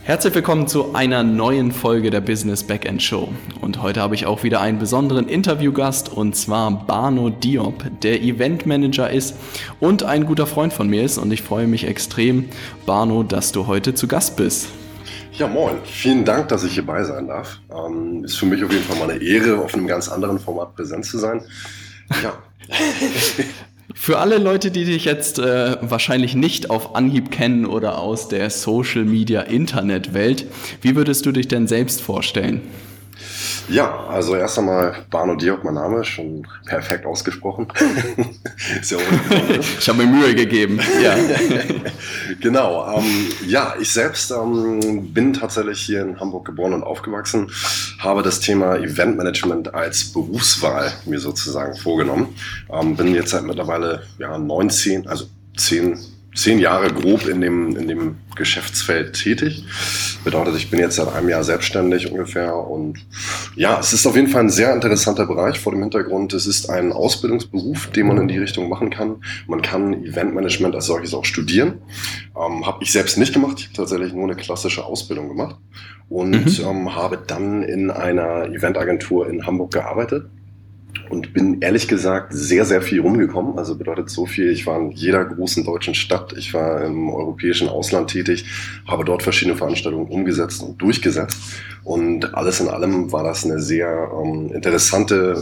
Herzlich willkommen zu einer neuen Folge der Business Backend Show. Und heute habe ich auch wieder einen besonderen Interviewgast, und zwar Bano Diop, der Eventmanager ist und ein guter Freund von mir ist. Und ich freue mich extrem, Bano, dass du heute zu Gast bist. Ja, moin. Vielen Dank, dass ich hierbei sein darf. Ist für mich auf jeden Fall mal eine Ehre, auf einem ganz anderen Format präsent zu sein. Ja. Für alle Leute, die dich jetzt wahrscheinlich nicht auf Anhieb kennen oder aus der Social-Media-Internet-Welt, wie würdest du dich denn selbst vorstellen? Ja, also erst einmal Bano Diop, mein Name, schon perfekt ausgesprochen. Ist ja ich habe mir Mühe gegeben. Ja. Genau. Ich selbst bin tatsächlich hier in Hamburg geboren und aufgewachsen, habe das Thema Eventmanagement als Berufswahl mir sozusagen vorgenommen. Bin jetzt seit mittlerweile 10 Jahre grob in dem Geschäftsfeld tätig. Bedeutet, ich bin jetzt seit einem Jahr selbstständig ungefähr und ja, es ist auf jeden Fall ein sehr interessanter Bereich vor dem Hintergrund. Es ist ein Ausbildungsberuf, den man in die Richtung machen kann. Man kann Eventmanagement als solches auch studieren. Habe ich selbst nicht gemacht. Ich habe tatsächlich nur eine klassische Ausbildung gemacht und habe dann in einer Eventagentur in Hamburg gearbeitet. Und bin ehrlich gesagt sehr, sehr viel rumgekommen. Also bedeutet so viel, ich war in jeder großen deutschen Stadt, ich war im europäischen Ausland tätig, habe dort verschiedene Veranstaltungen umgesetzt und durchgesetzt. Und alles in allem war das eine sehr interessante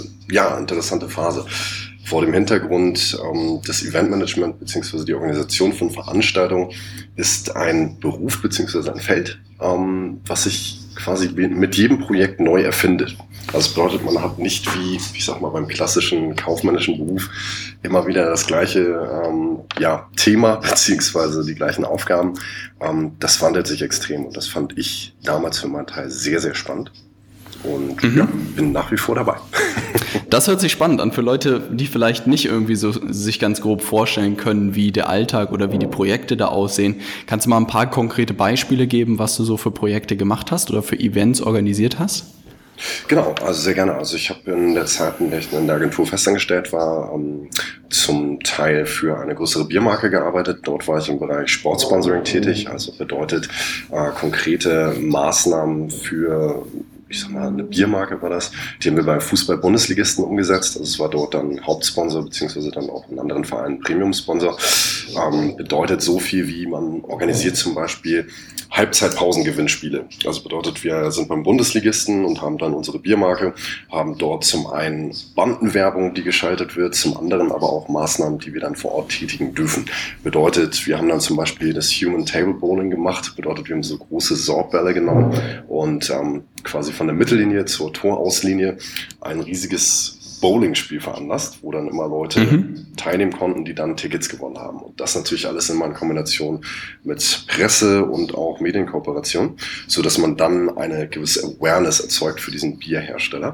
Phase. Vor dem Hintergrund des Eventmanagement bzw. die Organisation von Veranstaltungen ist ein Beruf bzw. ein Feld, was sich quasi mit jedem Projekt neu erfindet. Also das bedeutet, man hat nicht wie, ich sag mal, beim klassischen kaufmännischen Beruf immer wieder das gleiche Thema beziehungsweise die gleichen Aufgaben. Das wandelt sich extrem und das fand ich damals für meinen Teil sehr, sehr spannend. Und bin nach wie vor dabei. Das hört sich spannend an für Leute, die vielleicht nicht irgendwie so sich ganz grob vorstellen können, wie der Alltag oder wie die Projekte da aussehen. Kannst du mal ein paar konkrete Beispiele geben, was du so für Projekte gemacht hast oder für Events organisiert hast? Genau, also sehr gerne. Also ich habe in der Zeit, in der ich in der Agentur festangestellt war, zum Teil für eine größere Biermarke gearbeitet. Dort war ich im Bereich Sportsponsoring tätig, also bedeutet konkrete Maßnahmen für, ich sag mal, eine Biermarke war das. Die haben wir bei Fußball-Bundesligisten umgesetzt. Also es war dort dann Hauptsponsor, beziehungsweise dann auch in anderen Vereinen Premium-Sponsor. Bedeutet so viel wie, man organisiert zum Beispiel Halbzeitpausengewinnspiele. Also bedeutet, wir sind beim Bundesligisten und haben dann unsere Biermarke, haben dort zum einen Bandenwerbung, die geschaltet wird, zum anderen aber auch Maßnahmen, die wir dann vor Ort tätigen dürfen. Bedeutet, wir haben dann zum Beispiel das Human Table Bowling gemacht. Bedeutet, wir haben so große Sorbbälle genommen und quasi von der Mittellinie zur Torauslinie ein riesiges Bowling-Spiel veranlasst, wo dann immer Leute teilnehmen konnten, die dann Tickets gewonnen haben. Und das natürlich alles immer in Kombination mit Presse und auch Medienkooperation, so dass man dann eine gewisse Awareness erzeugt für diesen Bierhersteller.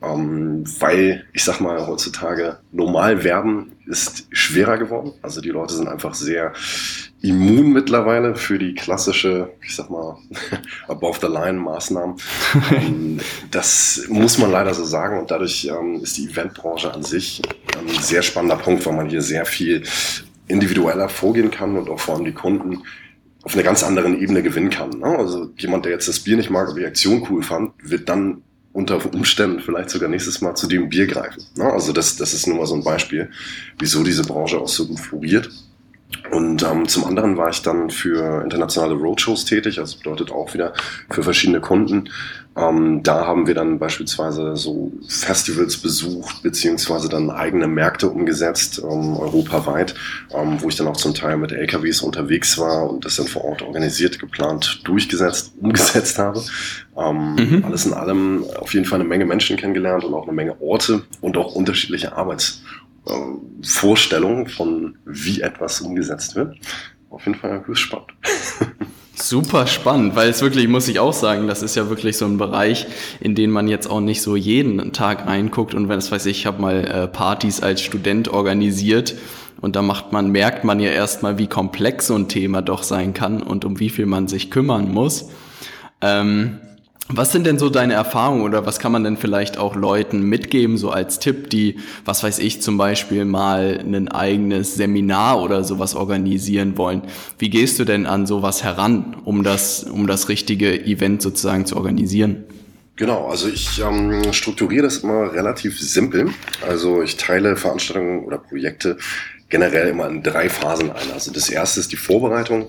Weil, ich sag mal, heutzutage normal werben ist schwerer geworden. Also die Leute sind einfach sehr immun mittlerweile für die klassische, ich sag mal, Above-the-Line-Maßnahmen. Das muss man leider so sagen und dadurch ist die Eventbranche an sich ein sehr spannender Punkt, weil man hier sehr viel individueller vorgehen kann und auch vor allem die Kunden auf einer ganz anderen Ebene gewinnen kann. Ne? Also jemand, der jetzt das Bier nicht mag, aber die Aktion cool fand, wird dann unter Umständen vielleicht sogar nächstes Mal zu dem Bier greifen. Ne? Also das ist nur mal so ein Beispiel, wieso diese Branche auch so gut floriert. Und zum anderen war ich dann für internationale Roadshows tätig, also bedeutet auch wieder für verschiedene Kunden. Da haben wir dann beispielsweise so Festivals besucht, beziehungsweise dann eigene Märkte umgesetzt, europaweit, wo ich dann auch zum Teil mit LKWs unterwegs war und das dann vor Ort organisiert, geplant, umgesetzt habe. Alles in allem auf jeden Fall eine Menge Menschen kennengelernt und auch eine Menge Orte und auch unterschiedliche Vorstellungen von wie etwas umgesetzt wird. Auf jeden Fall höchst spannend. Super spannend, weil es wirklich, muss ich auch sagen, das ist ja wirklich so ein Bereich, in den man jetzt auch nicht so jeden Tag reinguckt und wenn es weiß ich habe mal Partys als Student organisiert und da merkt man ja erstmal, wie komplex so ein Thema doch sein kann und um wie viel man sich kümmern muss. Was sind denn so deine Erfahrungen oder was kann man denn vielleicht auch Leuten mitgeben, so als Tipp, die, was weiß ich, zum Beispiel mal ein eigenes Seminar oder sowas organisieren wollen? Wie gehst du denn an sowas heran, um das richtige Event sozusagen zu organisieren? Genau, also ich strukturiere das immer relativ simpel. Also ich teile Veranstaltungen oder Projekte generell immer in 3 Phasen ein. Also das erste ist die Vorbereitung.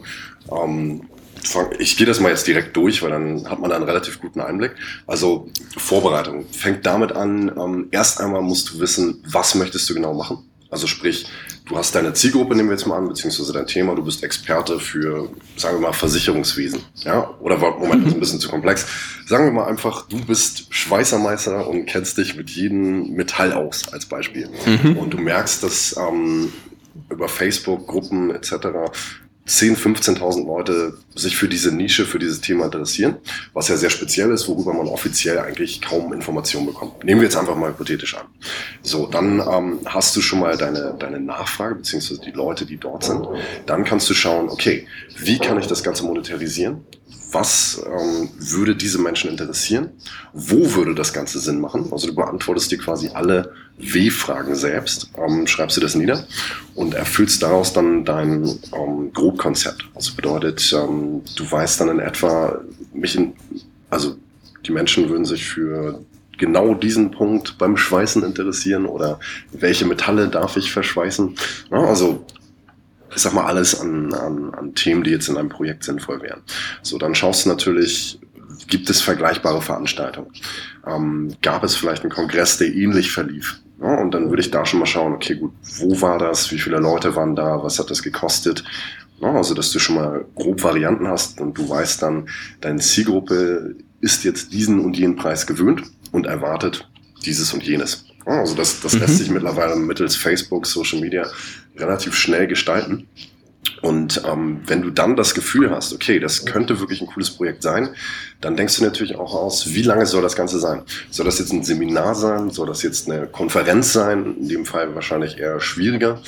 Ich gehe das mal jetzt direkt durch, weil dann hat man da einen relativ guten Einblick. Also Vorbereitung fängt damit an, erst einmal musst du wissen, was möchtest du genau machen. Also sprich, du hast deine Zielgruppe, nehmen wir jetzt mal an, beziehungsweise dein Thema, du bist Experte für, sagen wir mal, Versicherungswesen. Ja? Oder, Moment, das ist ein bisschen zu komplex. Sagen wir mal einfach, du bist Schweißermeister und kennst dich mit jedem Metall aus, als Beispiel. Und du merkst, dass über Facebook, Gruppen etc. 10.000, 15.000 Leute sich für diese Nische, für dieses Thema interessieren, was ja sehr speziell ist, worüber man offiziell eigentlich kaum Informationen bekommt. Nehmen wir jetzt einfach mal hypothetisch an. So, dann hast du schon mal deine Nachfrage, beziehungsweise die Leute, die dort sind. Dann kannst du schauen, okay, wie kann ich das Ganze monetarisieren? Was würde diese Menschen interessieren? Wo würde das Ganze Sinn machen? Also du beantwortest dir quasi alle W-Fragen selbst, schreibst du das nieder und erfüllst daraus dann dein Grobkonzept. Also bedeutet, du weißt dann in etwa, also die Menschen würden sich für genau diesen Punkt beim Schweißen interessieren oder welche Metalle darf ich verschweißen? Ja, also ich sag mal, alles an Themen, die jetzt in einem Projekt sinnvoll wären. So, dann schaust du natürlich, gibt es vergleichbare Veranstaltungen? Gab es vielleicht einen Kongress, der ähnlich verlief? Ja, und dann würde ich da schon mal schauen, okay, gut, wo war das? Wie viele Leute waren da? Was hat das gekostet? Ja, also, dass du schon mal grob Varianten hast und du weißt dann, deine Zielgruppe ist jetzt diesen und jenen Preis gewöhnt und erwartet dieses und jenes. Also das lässt sich mittlerweile mittels Facebook, Social Media relativ schnell gestalten. Und wenn du dann das Gefühl hast, okay, das könnte wirklich ein cooles Projekt sein, dann denkst du natürlich auch aus, wie lange soll das Ganze sein? Soll das jetzt ein Seminar sein? Soll das jetzt eine Konferenz sein? In dem Fall wahrscheinlich eher schwieriger.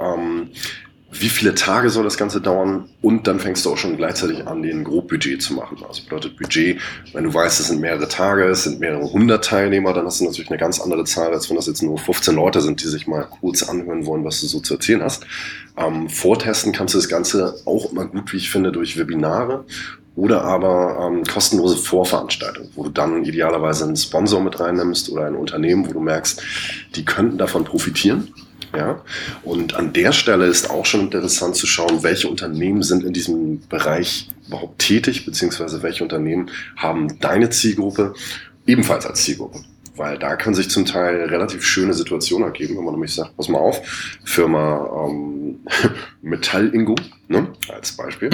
Wie viele Tage soll das Ganze dauern? Und dann fängst du auch schon gleichzeitig an, den Grobbudget zu machen. Also bedeutet Budget, wenn du weißt, es sind mehrere Tage, es sind mehrere 100 Teilnehmer, dann hast du natürlich eine ganz andere Zahl, als wenn das jetzt nur 15 Leute sind, die sich mal kurz anhören wollen, was du so zu erzählen hast. Vortesten kannst du das Ganze auch immer gut, wie ich finde, durch Webinare oder aber kostenlose Vorveranstaltungen, wo du dann idealerweise einen Sponsor mit reinnimmst oder ein Unternehmen, wo du merkst, die könnten davon profitieren. Ja, und an der Stelle ist auch schon interessant zu schauen, welche Unternehmen sind in diesem Bereich überhaupt tätig, beziehungsweise welche Unternehmen haben deine Zielgruppe ebenfalls als Zielgruppe. Weil da können sich zum Teil relativ schöne Situationen ergeben, wenn man nämlich sagt, pass mal auf, Firma Metall-Ingo, ne, als Beispiel.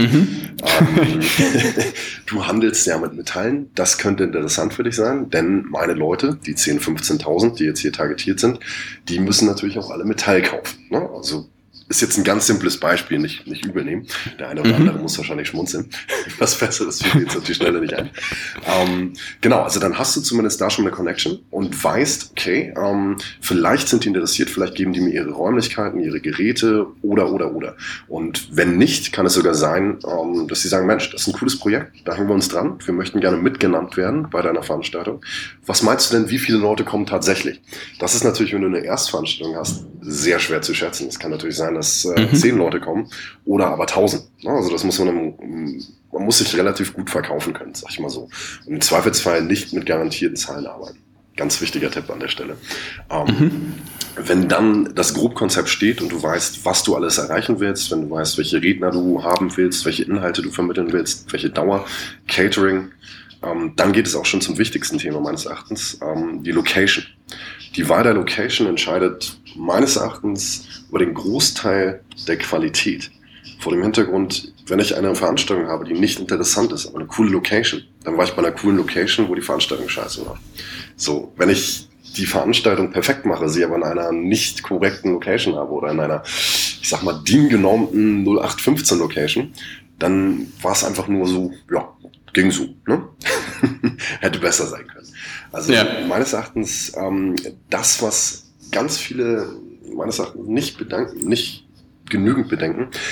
Du handelst ja mit Metallen, das könnte interessant für dich sein, denn meine Leute, die 10.000, 15.000, die jetzt hier targetiert sind, die müssen natürlich auch alle Metall kaufen. Ne? Also ist jetzt ein ganz simples Beispiel, nicht übel nehmen. Der eine oder andere muss wahrscheinlich schmunzeln. Was Besseres fällt mir jetzt auf die Schnelle nicht ein. Genau, also dann hast du zumindest da schon eine Connection und weißt, okay, vielleicht sind die interessiert, vielleicht geben die mir ihre Räumlichkeiten, ihre Geräte oder. Und wenn nicht, kann es sogar sein, dass sie sagen, Mensch, das ist ein cooles Projekt, da hängen wir uns dran, wir möchten gerne mitgenannt werden bei deiner Veranstaltung. Was meinst du denn, wie viele Leute kommen tatsächlich? Das ist natürlich, wenn du eine Erstveranstaltung hast, sehr schwer zu schätzen. Es kann natürlich sein, dass 10 Leute kommen oder aber 1.000. Also das muss man muss sich relativ gut verkaufen können, sag ich mal so. Und im Zweifelsfall nicht mit garantierten Zahlen arbeiten. Ganz wichtiger Tipp an der Stelle. Wenn dann das Grobkonzept steht und du weißt, was du alles erreichen willst, wenn du weißt, welche Redner du haben willst, welche Inhalte du vermitteln willst, welche Dauer, Catering, dann geht es auch schon zum wichtigsten Thema meines Erachtens, die Location. Die Wahl der Location entscheidet meines Erachtens über den Großteil der Qualität. Vor dem Hintergrund, wenn ich eine Veranstaltung habe, die nicht interessant ist, aber eine coole Location, dann war ich bei einer coolen Location, wo die Veranstaltung scheiße war. So, wenn ich die Veranstaltung perfekt mache, sie aber in einer nicht korrekten Location habe oder in einer, ich sag mal, DIN-genormten 0815 Location, dann war es einfach nur so, ja, ging so, ne? Hätte besser sein können. Also meines Erachtens, das, was ganz viele meines Erachtens nicht genügend bedenken,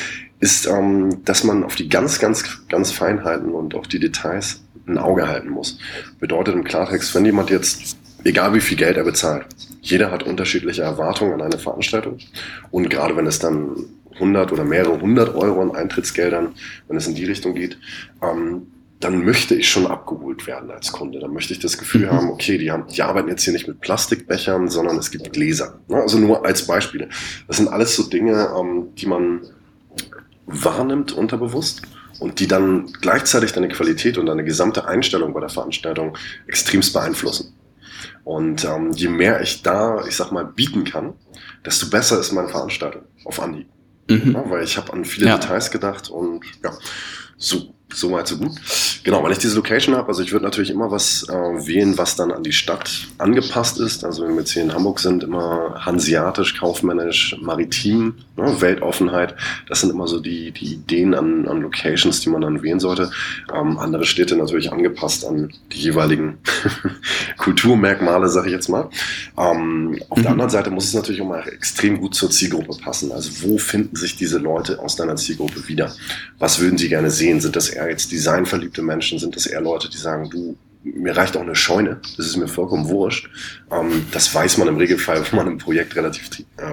ist, dass man auf die ganz, ganz, ganz Feinheiten und auf die Details ein Auge halten muss. Bedeutet im Klartext, wenn jemand jetzt, egal wie viel Geld er bezahlt, jeder hat unterschiedliche Erwartungen an eine Veranstaltung. Und gerade wenn es dann 100 oder mehrere 100 Euro an Eintrittsgeldern, wenn es in die Richtung geht, dann möchte ich schon abgeholt werden als Kunde. Dann möchte ich das Gefühl haben, okay, die arbeiten jetzt hier nicht mit Plastikbechern, sondern es gibt Gläser. Also nur als Beispiele. Das sind alles so Dinge, die man wahrnimmt unterbewusst und die dann gleichzeitig deine Qualität und deine gesamte Einstellung bei der Veranstaltung extremst beeinflussen. Und je mehr ich da, ich sag mal, bieten kann, desto besser ist meine Veranstaltung auf Anhieb. Ja, weil ich habe an viele Details gedacht und ja, so weit, so gut. Genau, weil ich diese Location habe, also ich würde natürlich immer was wählen, was dann an die Stadt angepasst ist. Also wenn wir jetzt hier in Hamburg sind, immer hanseatisch, kaufmännisch, maritim, ne, Weltoffenheit. Das sind immer so die Ideen an Locations, die man dann wählen sollte. Andere Städte natürlich angepasst an die jeweiligen Kulturmerkmale, sage ich jetzt mal. Auf der anderen Seite muss es natürlich auch mal extrem gut zur Zielgruppe passen. Also wo finden sich diese Leute aus deiner Zielgruppe wieder? Was würden sie gerne sehen? Sind das eher jetzt designverliebte Menschen? Sind das eher Leute, die sagen, du, mir reicht auch eine Scheune, das ist mir vollkommen wurscht. Das weiß man im Regelfall, wenn man im Projekt relativ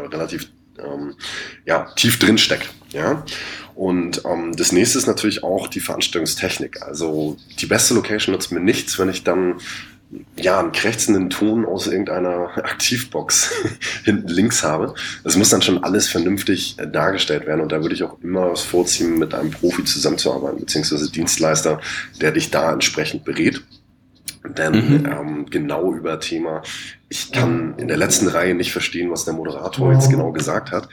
tief drin steckt. Ja? Und das nächste ist natürlich auch die Veranstaltungstechnik. Also die beste Location nutzt mir nichts, wenn ich dann einen krächzenden Ton aus irgendeiner Aktivbox hinten links habe. Das muss dann schon alles vernünftig dargestellt werden und da würde ich auch immer was vorziehen, mit einem Profi zusammenzuarbeiten, beziehungsweise Dienstleister, der dich da entsprechend berät. Denn genau über Thema, ich kann in der letzten Reihe nicht verstehen, was der Moderator jetzt genau gesagt hat.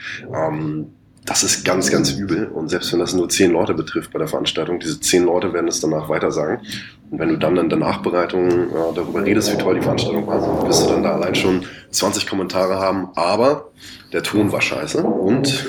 Das ist ganz, ganz übel. Und selbst wenn das nur 10 Leute betrifft bei der Veranstaltung, diese 10 Leute werden es danach weitersagen. Und wenn du dann in der Nachbereitung darüber redest, wie toll die Veranstaltung war, wirst du dann da allein schon 20 Kommentare haben, aber der Ton war scheiße und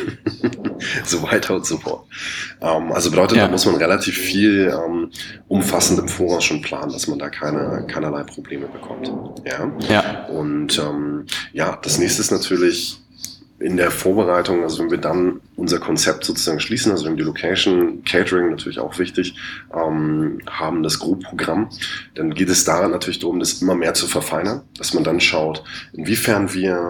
so weiter und so fort. Also bedeutet, da muss man relativ viel umfassend im Voraus schon planen, dass man da keinerlei Probleme bekommt. Ja. Und das nächste ist natürlich in der Vorbereitung, also wenn wir dann unser Konzept sozusagen schließen, also wir haben die Location, Catering natürlich auch wichtig, haben das Grobprogramm, dann geht es da natürlich darum, das immer mehr zu verfeinern, dass man dann schaut, inwiefern wir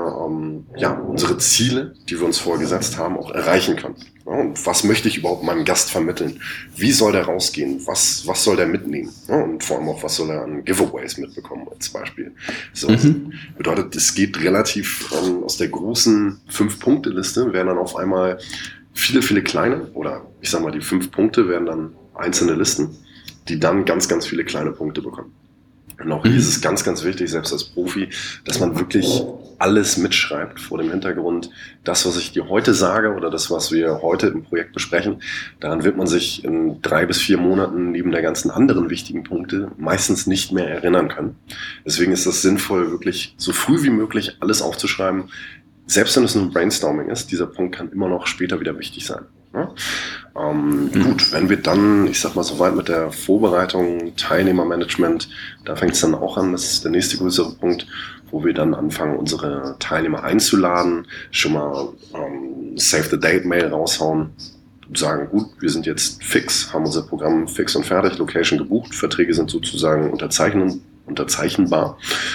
unsere Ziele, die wir uns vorher gesetzt haben, auch erreichen können. Ja, und was möchte ich überhaupt meinem Gast vermitteln? Wie soll der rausgehen? Was soll der mitnehmen? Ja, und vor allem auch, was soll er an Giveaways mitbekommen als Beispiel? So, bedeutet, es geht relativ aus der großen 5-Punkte-Liste werden dann auf einmal viele, viele kleine, oder ich sag mal, die 5 Punkte werden dann einzelne Listen, die dann ganz, ganz viele kleine Punkte bekommen. Und auch hier ist es ganz, ganz wichtig, selbst als Profi, dass man wirklich alles mitschreibt vor dem Hintergrund. Das, was ich dir heute sage oder das, was wir heute im Projekt besprechen, daran wird man sich in 3 bis 4 Monaten neben der ganzen anderen wichtigen Punkte meistens nicht mehr erinnern können. Deswegen ist das sinnvoll, wirklich so früh wie möglich alles aufzuschreiben. Selbst wenn es nur ein Brainstorming ist, dieser Punkt kann immer noch später wieder wichtig sein. Ja? Gut, wenn wir dann, ich sag mal, soweit mit der Vorbereitung, Teilnehmermanagement, da fängt es dann auch an, das ist der nächste größere Punkt, wo wir dann anfangen, unsere Teilnehmer einzuladen, schon mal Save-the-Date-Mail raushauen, sagen, gut, wir sind jetzt fix, haben unser Programm fix und fertig, Location gebucht, Verträge sind sozusagen unterzeichnbar.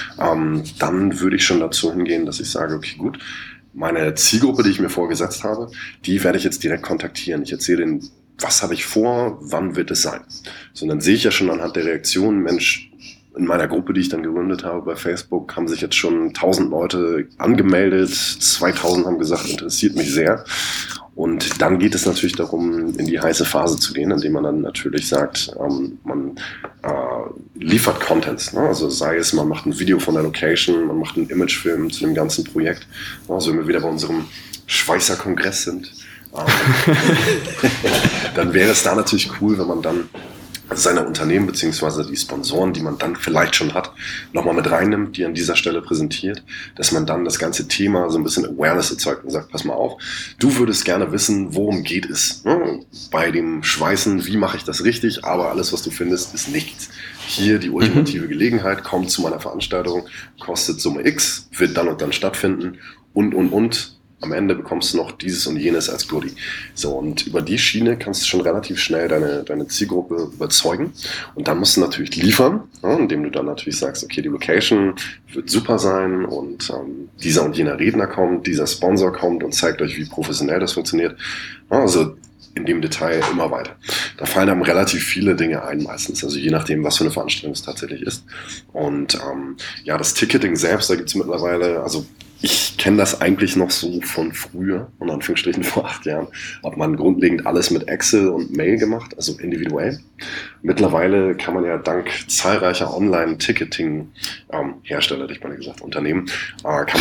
Dann würde ich schon dazu hingehen, dass ich sage, okay, gut, meine Zielgruppe, die ich mir vorgesetzt habe, die werde ich jetzt direkt kontaktieren. Ich erzähle ihnen, was habe ich vor, wann wird es sein. So, dann sehe ich ja schon anhand der Reaktionen, Mensch, in meiner Gruppe, die ich dann gegründet habe bei Facebook, haben sich jetzt schon 1000 Leute angemeldet, 2000 haben gesagt, interessiert mich sehr. Und dann geht es natürlich darum, in die heiße Phase zu gehen, indem man dann natürlich sagt, man liefert Contents. Ne? Also sei es, man macht ein Video von der Location, man macht einen Imagefilm zu dem ganzen Projekt. Also wenn wir wieder bei unserem Schweißer Kongress sind, dann wäre es da natürlich cool, wenn man dann seine Unternehmen beziehungsweise die Sponsoren, die man dann vielleicht schon hat, nochmal mit reinnimmt, die an dieser Stelle präsentiert, dass man dann das ganze Thema so ein bisschen Awareness erzeugt und sagt, pass mal auf, du würdest gerne wissen, worum geht es, ne? Bei dem Schweißen, wie mache ich das richtig, aber alles, was du findest, ist nichts. Hier die ultimative Gelegenheit, komm zu meiner Veranstaltung, kostet Summe X, wird dann und dann stattfinden und. am Ende bekommst du noch dieses und jenes als Goodie. So, und über die Schiene kannst du schon relativ schnell deine Zielgruppe überzeugen. Und dann musst du natürlich liefern, ja, indem du dann natürlich sagst, okay, die Location wird super sein und dieser und jener Redner kommt, dieser Sponsor kommt und zeigt euch, wie professionell das funktioniert. Ja, also in dem Detail immer weiter. Da fallen dann relativ viele Dinge ein meistens, also je nachdem, was für eine Veranstaltung es tatsächlich ist. Und ja, das Ticketing selbst, da gibt es mittlerweile, also ich kenne das eigentlich noch so von früher, in Anführungsstrichen vor 8 Jahren, hat man grundlegend alles mit Excel und Mail gemacht, also individuell. Mittlerweile kann man ja dank zahlreicher Online-Ticketing-Hersteller, hätte ich mal gesagt, Unternehmen, kann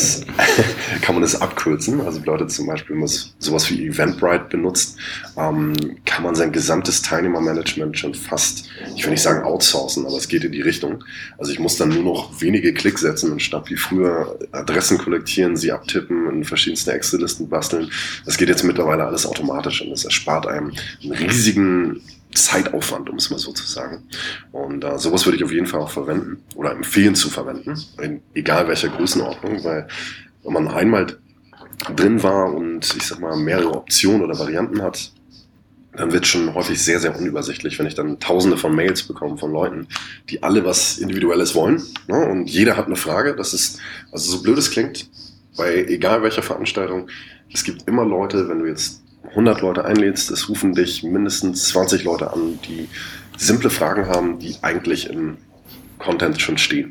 man das abkürzen. Also bedeutet zum Beispiel, wenn man sowas wie Eventbrite benutzt, kann man sein gesamtes Teilnehmermanagement schon fast, ich will nicht sagen outsourcen, aber es geht in die Richtung. Also ich muss dann nur noch wenige Klicks setzen, anstatt wie früher Adressen kollektieren, sie abtippen, in verschiedenste Excel-Listen basteln. Das geht jetzt mittlerweile alles automatisch und das erspart einem einen riesigen Zeitaufwand, um es mal so zu sagen. Und sowas würde ich auf jeden Fall auch verwenden oder empfehlen zu verwenden, in egal welcher Größenordnung, weil wenn man einmal drin war und ich sag mal mehrere Optionen oder Varianten hat, dann wird schon häufig sehr, sehr unübersichtlich, wenn ich dann tausende von Mails bekomme von Leuten, die alle was Individuelles wollen, ne? Und jeder hat eine Frage. Das ist, also so blöd es klingt, bei egal welcher Veranstaltung, es gibt immer Leute, wenn du jetzt 100 Leute einlädst, es rufen dich mindestens 20 Leute an, die simple Fragen haben, die eigentlich im Content schon stehen.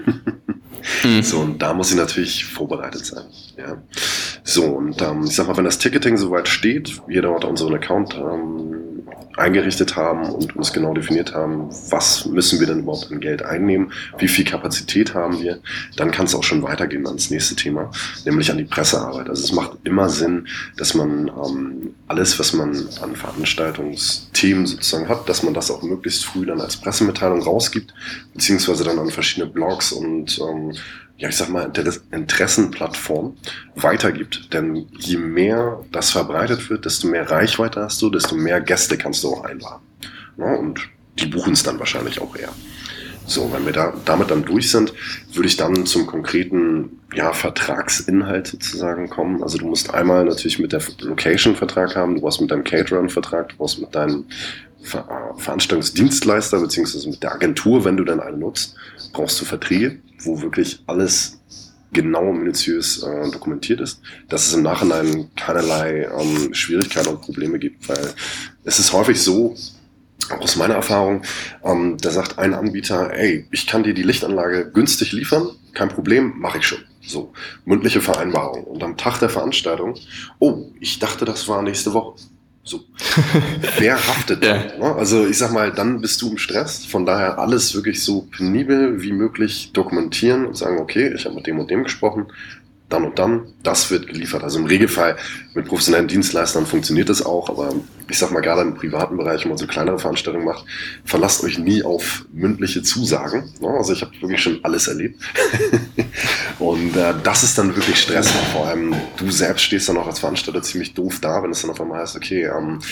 So, und da muss ich natürlich vorbereitet sein. Ja. So, und ich sag mal, wenn das Ticketing soweit steht, wir dort unseren Account eingerichtet haben und uns genau definiert haben, was müssen wir denn überhaupt an Geld einnehmen, wie viel Kapazität haben wir, dann kann es auch schon weitergehen ans nächste Thema, nämlich an die Pressearbeit. Also es macht immer Sinn, dass man alles, was man an Veranstaltungsthemen sozusagen hat, dass man das auch möglichst früh dann als Pressemitteilung rausgibt, beziehungsweise dann an verschiedene Blogs und ja, ich sag mal, Interessenplattformen weitergibt. Denn je mehr das verbreitet wird, desto mehr Reichweite hast du, desto mehr Gäste kannst du auch einladen. Ja, und die buchen es dann wahrscheinlich auch eher. So, wenn wir damit dann durch sind, würde ich dann zum konkreten Vertragsinhalt sozusagen kommen. Also du musst einmal natürlich mit der Location Vertrag haben, du brauchst mit deinem Caterer einen Vertrag, du brauchst mit deinem Veranstaltungsdienstleister beziehungsweise mit der Agentur, wenn du dann eine nutzt, brauchst du Verträge, wo wirklich alles genau minutiös dokumentiert ist, dass es im Nachhinein keinerlei Schwierigkeiten und Probleme gibt, weil es ist häufig so, auch aus meiner Erfahrung, da sagt ein Anbieter, ey, ich kann dir die Lichtanlage günstig liefern, kein Problem, mache ich schon. So, mündliche Vereinbarung. Und am Tag der Veranstaltung, oh, ich dachte, das war nächste Woche. So. Wer haftet dann? Ne? Also ich sag mal, dann bist du im Stress. Von daher alles wirklich so penibel wie möglich dokumentieren und sagen, okay, ich habe mit dem und dem gesprochen, dann und dann, das wird geliefert. Also im Regelfall mit professionellen Dienstleistern funktioniert das auch, aber ich sag mal, gerade im privaten Bereich, wenn man so kleinere Veranstaltungen macht, verlasst euch nie auf mündliche Zusagen. Ne? Also ich habe wirklich schon alles erlebt. Und das ist dann wirklich Stress. Vor allem du selbst stehst dann auch als Veranstalter ziemlich doof da, wenn es dann auf einmal heißt, okay,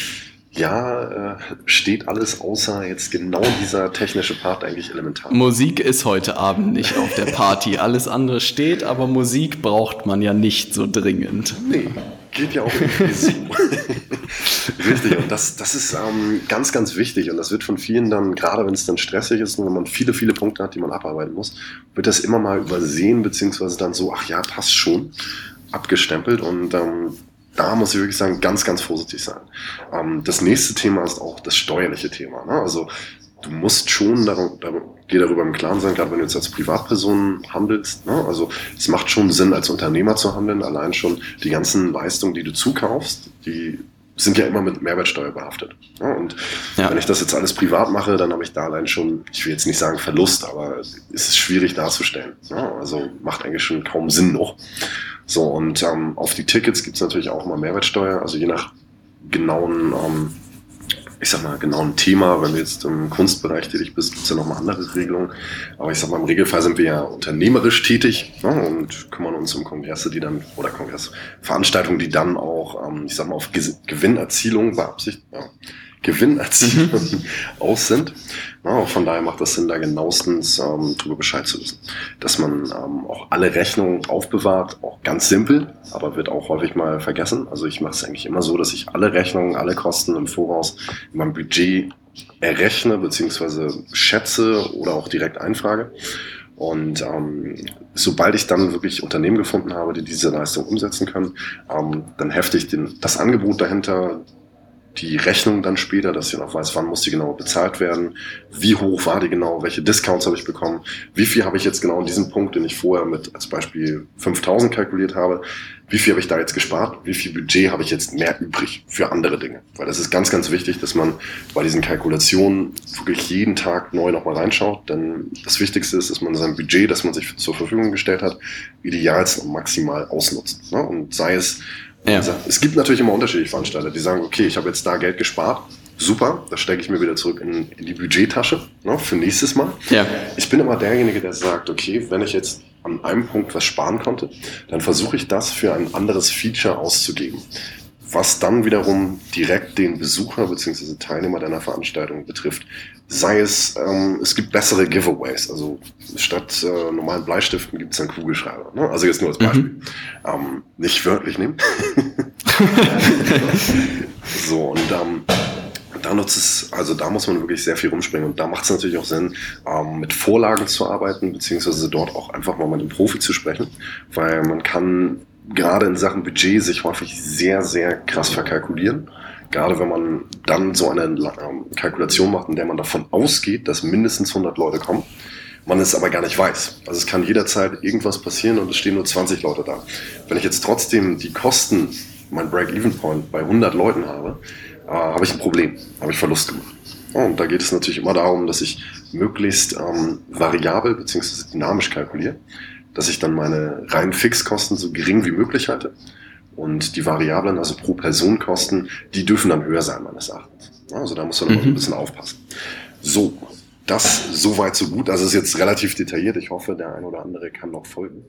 steht alles außer jetzt genau dieser technische Part eigentlich elementar. Musik ist heute Abend nicht auf der Party. Alles andere steht, aber Musik braucht man ja nicht so dringend. Nee, geht ja auch irgendwie so. Richtig, und das ist ganz, ganz wichtig und das wird von vielen dann, gerade wenn es dann stressig ist und wenn man viele, viele Punkte hat, die man abarbeiten muss, wird das immer mal übersehen, beziehungsweise dann so, ach ja, passt schon, abgestempelt und da muss ich wirklich sagen, ganz, ganz vorsichtig sein. Das nächste Thema ist auch das steuerliche Thema. Ne? Also du musst schon dir darüber im Klaren sein, gerade wenn du jetzt als Privatperson handelst. Ne? Also es macht schon Sinn, als Unternehmer zu handeln. Allein schon die ganzen Leistungen, die du zukaufst, die sind ja immer mit Mehrwertsteuer behaftet. Ne? Und wenn ich das jetzt alles privat mache, dann habe ich da allein schon, ich will jetzt nicht sagen Verlust, aber es ist schwierig darzustellen. Ne? Also macht eigentlich schon kaum Sinn noch. So, und auf die Tickets gibt es natürlich auch immer Mehrwertsteuer, also je nach genauen Thema, wenn du jetzt im Kunstbereich tätig bist, gibt es ja nochmal andere Regelungen. Aber ich sag mal, im Regelfall sind wir ja unternehmerisch tätig, ne, und kümmern uns um Veranstaltungen, die dann auch, auf Gewinnerzielung Gewinnerzielungen aus sind. Ja, von daher macht das Sinn, da genauestens darüber Bescheid zu wissen. Dass man auch alle Rechnungen aufbewahrt, auch ganz simpel, aber wird auch häufig mal vergessen. Also ich mache es eigentlich immer so, dass ich alle Rechnungen, alle Kosten im Voraus in meinem Budget errechne bzw. schätze oder auch direkt einfrage. Und sobald ich dann wirklich Unternehmen gefunden habe, die diese Leistung umsetzen können, dann hefte ich das Angebot dahinter, die Rechnung dann später, dass ich dann auch weiß, wann muss die genau bezahlt werden, wie hoch war die genau, welche Discounts habe ich bekommen, wie viel habe ich jetzt genau in diesem Punkt, den ich vorher mit als Beispiel 5.000 kalkuliert habe, wie viel habe ich da jetzt gespart, wie viel Budget habe ich jetzt mehr übrig für andere Dinge. Weil das ist ganz, ganz wichtig, dass man bei diesen Kalkulationen wirklich jeden Tag neu nochmal reinschaut, denn das Wichtigste ist, dass man sein Budget, das man sich zur Verfügung gestellt hat, idealst und maximal ausnutzt. Ne? Und sei es, es gibt natürlich immer unterschiedliche Veranstalter, die sagen, okay, ich habe jetzt da Geld gespart, super, das stecke ich mir wieder zurück in die Budgettasche, ne, für nächstes Mal. Ja. Ich bin immer derjenige, der sagt, okay, wenn ich jetzt an einem Punkt was sparen konnte, dann versuche ich das für ein anderes Feature auszugeben, was dann wiederum direkt den Besucher bzw. Teilnehmer deiner Veranstaltung betrifft. Sei es, es gibt bessere Giveaways, also statt normalen Bleistiften gibt es dann Kugelschreiber. Ne? Also jetzt nur als Beispiel. Nicht wörtlich nehmen. So, und da muss man wirklich sehr viel rumspringen und da macht es natürlich auch Sinn, mit Vorlagen zu arbeiten, beziehungsweise dort auch einfach mal mit einem Profi zu sprechen, weil man kann gerade in Sachen Budget sich häufig sehr, sehr krass verkalkulieren. Gerade wenn man dann so eine Kalkulation macht, in der man davon ausgeht, dass mindestens 100 Leute kommen, man es aber gar nicht weiß. Also es kann jederzeit irgendwas passieren und es stehen nur 20 Leute da. Wenn ich jetzt trotzdem die Kosten, mein Break-Even-Point bei 100 Leuten habe, habe ich ein Problem, habe ich Verlust gemacht. Und da geht es natürlich immer darum, dass ich möglichst variabel bzw. dynamisch kalkuliere, dass ich dann meine reinen Fixkosten so gering wie möglich halte und die Variablen, also pro Person Kosten, die dürfen dann höher sein meines Erachtens. Also da muss man immer so ein bisschen aufpassen. So, das soweit so gut. Also es ist jetzt relativ detailliert. Ich hoffe, der ein oder andere kann noch folgen.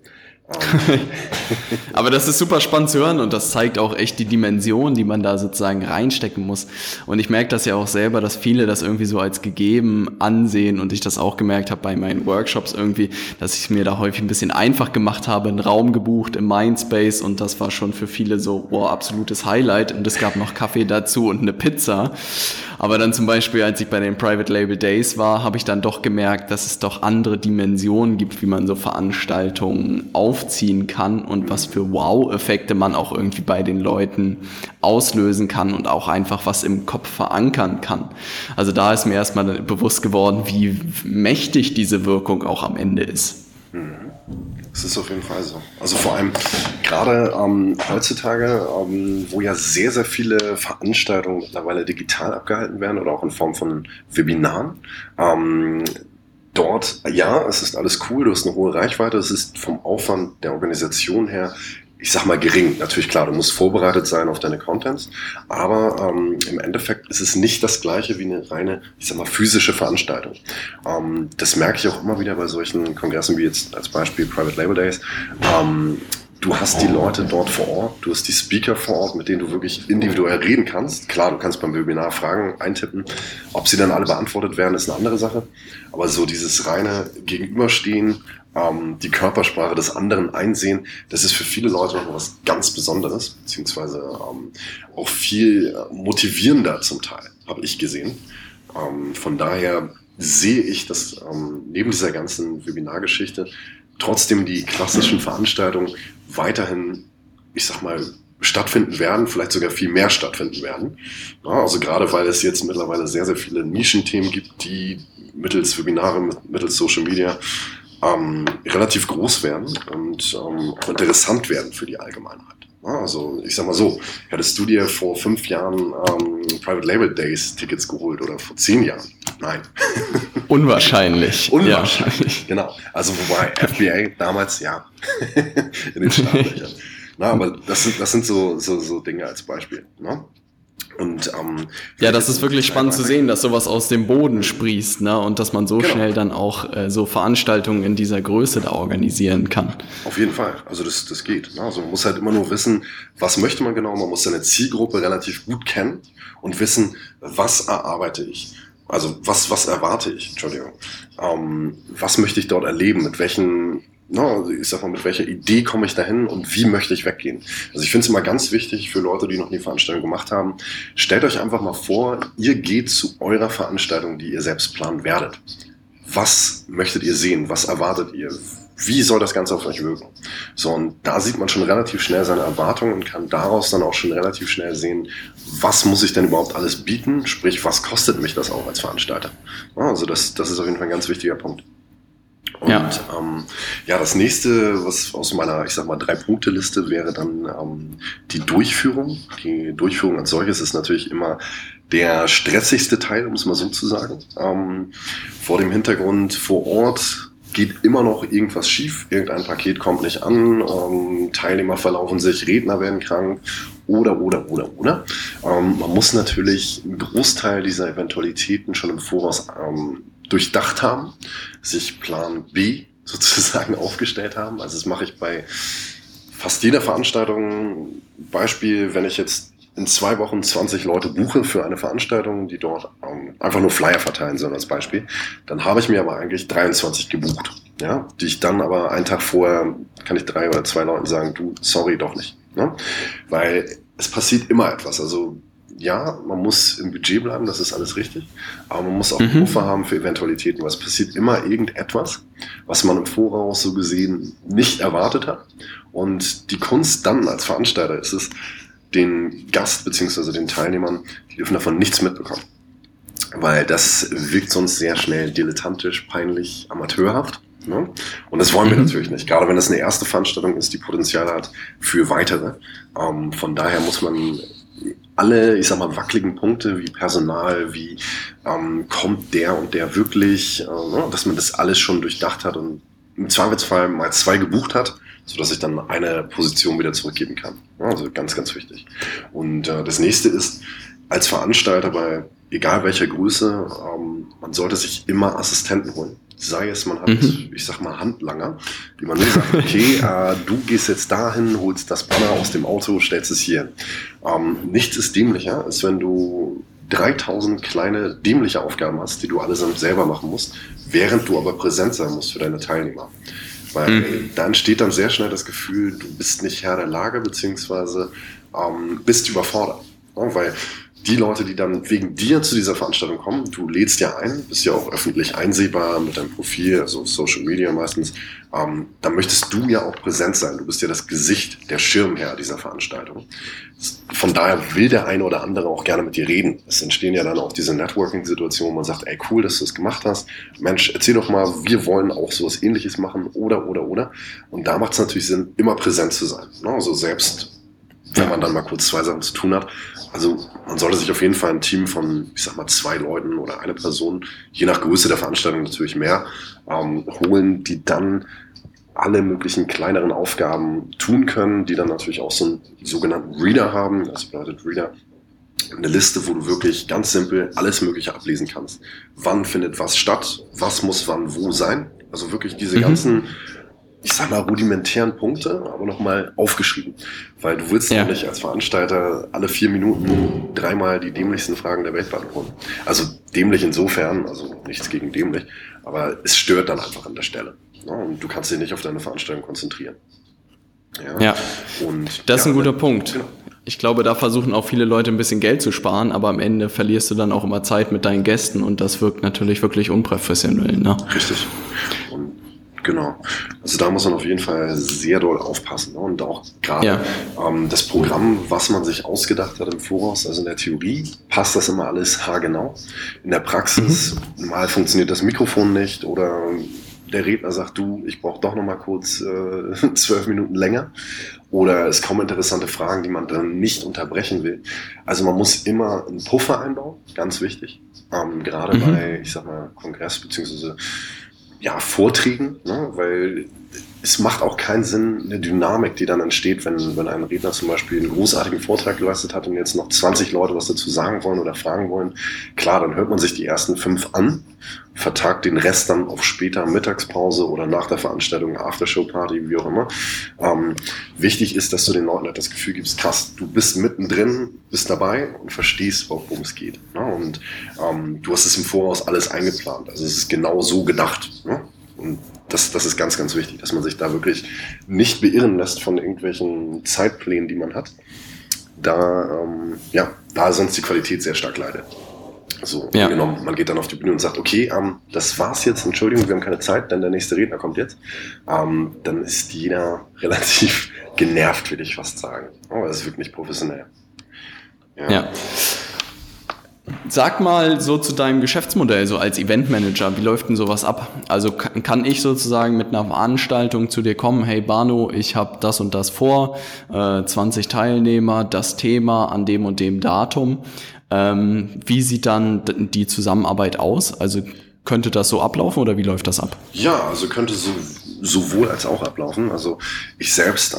Aber das ist super spannend zu hören und das zeigt auch echt die Dimension, die man da sozusagen reinstecken muss. Und ich merke das ja auch selber, dass viele das irgendwie so als gegeben ansehen und ich das auch gemerkt habe bei meinen Workshops irgendwie, dass ich mir da häufig ein bisschen einfach gemacht habe, einen Raum gebucht im Mindspace und das war schon für viele so, wow, absolutes Highlight und es gab noch Kaffee dazu und eine Pizza. Aber dann zum Beispiel, als ich bei den Private Label Days war, habe ich dann doch gemerkt, dass es doch andere Dimensionen gibt, wie man so Veranstaltungen aufziehen kann und was für Wow-Effekte man auch irgendwie bei den Leuten auslösen kann und auch einfach was im Kopf verankern kann. Also da ist mir erstmal bewusst geworden, wie mächtig diese Wirkung auch am Ende ist. Es ist auf jeden Fall so. Also vor allem gerade heutzutage, wo ja sehr, sehr viele Veranstaltungen mittlerweile digital abgehalten werden oder auch in Form von Webinaren. Dort, ja, es ist alles cool, du hast eine hohe Reichweite, es ist vom Aufwand der Organisation her, ich sag mal gering. Natürlich, klar, du musst vorbereitet sein auf deine Contents, aber im Endeffekt ist es nicht das Gleiche wie eine reine, ich sag mal, physische Veranstaltung. Das merke ich auch immer wieder bei solchen Kongressen wie jetzt als Beispiel Private Label Days. Du hast die Leute dort vor Ort, du hast die Speaker vor Ort, mit denen du wirklich individuell reden kannst. Klar, du kannst beim Webinar Fragen eintippen. Ob sie dann alle beantwortet werden, ist eine andere Sache. Aber so dieses reine Gegenüberstehen, die Körpersprache des anderen einsehen, das ist für viele Leute noch was ganz Besonderes, beziehungsweise auch viel motivierender zum Teil, habe ich gesehen. Von daher sehe ich, dass neben dieser ganzen Webinargeschichte trotzdem die klassischen Veranstaltungen weiterhin, ich sag mal, stattfinden werden, vielleicht sogar viel mehr stattfinden werden. Ja, also gerade weil es jetzt mittlerweile sehr, sehr viele Nischenthemen gibt, die mittels Webinare, mittels Social Media relativ groß werden und interessant werden für die Allgemeinheit. Ja, also ich sag mal so, hättest du dir vor 5 Jahren Private Label Days Tickets geholt oder vor 10 Jahren? Nein. Unwahrscheinlich. Unwahrscheinlich, ja. Genau. Also wobei FBA damals, ja, in den Startlöchern. Na, aber das sind so Dinge als Beispiel. Ne? Und, ja, das ist wirklich spannend zu sehen, dass sowas aus dem Boden sprießt, ne? Und dass man so schnell dann auch so Veranstaltungen in dieser Größe da organisieren kann. Auf jeden Fall, also das geht. Ne? Also man muss halt immer nur wissen, was möchte man genau, man muss seine Zielgruppe relativ gut kennen und wissen, was erarbeite ich. Also was erwarte ich, Entschuldigung. Was möchte ich dort erleben, mit welchen, ich sag mal, mit welcher Idee komme ich dahin und wie möchte ich weggehen. Also ich finde es immer ganz wichtig für Leute, die noch nie Veranstaltungen gemacht haben, stellt euch einfach mal vor, ihr geht zu eurer Veranstaltung, die ihr selbst planen werdet. Was möchtet ihr sehen? Was erwartet ihr? Wie soll das Ganze auf euch wirken? So, und da sieht man schon relativ schnell seine Erwartungen und kann daraus dann auch schon relativ schnell sehen, was muss ich denn überhaupt alles bieten? Sprich, was kostet mich das auch als Veranstalter? Also das ist auf jeden Fall ein ganz wichtiger Punkt. Und das nächste, was aus meiner, 3-Punkte-Liste wäre dann die Durchführung. Die Durchführung als solches ist natürlich immer der stressigste Teil, um es mal so zu sagen. Vor dem Hintergrund vor Ort geht immer noch irgendwas schief, irgendein Paket kommt nicht an, Teilnehmer verlaufen sich, Redner werden krank oder. Man muss natürlich einen Großteil dieser Eventualitäten schon im Voraus durchdacht haben, sich Plan B sozusagen aufgestellt haben. Also das mache ich bei fast jeder Veranstaltung. Beispiel, wenn ich jetzt in 2 Wochen 20 Leute buche für eine Veranstaltung, die dort einfach nur Flyer verteilen sollen als Beispiel, dann habe ich mir aber eigentlich 23 gebucht. Ja, die ich dann aber einen Tag vorher, kann ich 3 oder 2 Leuten sagen, du, sorry, doch nicht. Ne? Weil es passiert immer etwas. Also ja, man muss im Budget bleiben, das ist alles richtig, aber man muss auch einen Puffer haben für Eventualitäten, weil es passiert immer irgendetwas, was man im Voraus so gesehen nicht erwartet hat. Und die Kunst dann als Veranstalter ist es, den Gast bzw. den Teilnehmern, die dürfen davon nichts mitbekommen. Weil das wirkt sonst sehr schnell dilettantisch, peinlich, amateurhaft. Ne? Und das wollen wir natürlich nicht. Gerade wenn das eine erste Veranstaltung ist, die Potenzial hat für weitere. Von daher muss man alle, wackeligen Punkte wie Personal, wie kommt der und der wirklich, dass man das alles schon durchdacht hat und im Zweifelsfall mal 2 gebucht hat, sodass ich dann eine Position wieder zurückgeben kann. Also ganz, ganz wichtig. Und das nächste ist, als Veranstalter bei egal welcher Größe, man sollte sich immer Assistenten holen. Sei es, man hat, Handlanger, die man nur sagt, okay, du gehst jetzt dahin, holst das Banner aus dem Auto, stellst es hier hin. Nichts ist dämlicher, als wenn du 3000 kleine dämliche Aufgaben hast, die du allesamt selber machen musst, während du aber präsent sein musst für deine Teilnehmer. Weil da entsteht dann sehr schnell das Gefühl, du bist nicht Herr der Lage, beziehungsweise bist überfordert. Ja, weil die Leute, die dann wegen dir zu dieser Veranstaltung kommen, du lädst ja ein, bist ja auch öffentlich einsehbar mit deinem Profil, also Social Media meistens, dann möchtest du ja auch präsent sein. Du bist ja das Gesicht, der Schirmherr dieser Veranstaltung. Von daher will der eine oder andere auch gerne mit dir reden. Es entstehen ja dann auch diese Networking-Situationen, wo man sagt, ey, cool, dass du das gemacht hast. Mensch, erzähl doch mal, wir wollen auch sowas Ähnliches machen oder. Und da macht es natürlich Sinn, immer präsent zu sein. Also selbst, wenn man dann mal kurz 2 Sachen zu tun hat. Also man sollte sich auf jeden Fall ein Team von, 2 Leuten oder eine Person, je nach Größe der Veranstaltung natürlich mehr, holen, die dann alle möglichen kleineren Aufgaben tun können, die dann natürlich auch so einen sogenannten Reader haben. Das bedeutet Reader, eine Liste, wo du wirklich ganz simpel alles Mögliche ablesen kannst. Wann findet was statt? Was muss wann wo sein? Also wirklich diese ganzen, rudimentären Punkte, aber nochmal aufgeschrieben. Weil du willst ja nicht als Veranstalter alle 4 Minuten 3-mal die dämlichsten Fragen der Welt beantworten. Also dämlich insofern, also nichts gegen dämlich, aber es stört dann einfach an der Stelle. Ja, und du kannst dich nicht auf deine Veranstaltung konzentrieren. Ja. Und das ist ein guter Punkt. Genau. Ich glaube, da versuchen auch viele Leute ein bisschen Geld zu sparen, aber am Ende verlierst du dann auch immer Zeit mit deinen Gästen und das wirkt natürlich wirklich unprofessionell. Ne? Richtig. Und genau. Also da muss man auf jeden Fall sehr doll aufpassen. Ne? Und auch gerade das Programm, was man sich ausgedacht hat im Voraus, also in der Theorie passt das immer alles haargenau. In der Praxis mal funktioniert das Mikrofon nicht oder der Redner sagt, du, ich brauche doch noch mal kurz 12 Minuten länger. Oder es kommen interessante Fragen, die man dann nicht unterbrechen will. Also man muss immer einen Puffer einbauen, ganz wichtig. Gerade bei, Kongress bzw. Vorträgen, ne? Weil es macht auch keinen Sinn, eine Dynamik, die dann entsteht, wenn ein Redner zum Beispiel einen großartigen Vortrag geleistet hat und jetzt noch 20 Leute was dazu sagen wollen oder fragen wollen. Klar, dann hört man sich die ersten 5 an, vertagt den Rest dann auf später Mittagspause oder nach der Veranstaltung, Aftershow-Party, wie auch immer. Wichtig ist, dass du den Leuten halt das Gefühl gibst, krass, du bist mittendrin, bist dabei und verstehst, worum es geht. Ne? Und du hast es im Voraus alles eingeplant. Also es ist genau so gedacht. Ne? Und das ist ganz, ganz wichtig, dass man sich da wirklich nicht beirren lässt von irgendwelchen Zeitplänen, die man hat. Da sonst die Qualität sehr stark leidet. So, angenommen, man geht dann auf die Bühne und sagt, okay, das war's jetzt, Entschuldigung, wir haben keine Zeit, denn der nächste Redner kommt jetzt. Dann ist jeder relativ genervt, würde ich fast sagen. Aber das ist wirklich nicht professionell. Ja. Sag mal so zu deinem Geschäftsmodell, so als Eventmanager, wie läuft denn sowas ab? Also kann ich sozusagen mit einer Veranstaltung zu dir kommen, hey Bano, ich habe das und das vor, 20 Teilnehmer, das Thema an dem und dem Datum. Wie sieht dann die Zusammenarbeit aus? Also könnte das so ablaufen oder wie läuft das ab? Ja, also könnte sowohl als auch ablaufen. Also ich selbst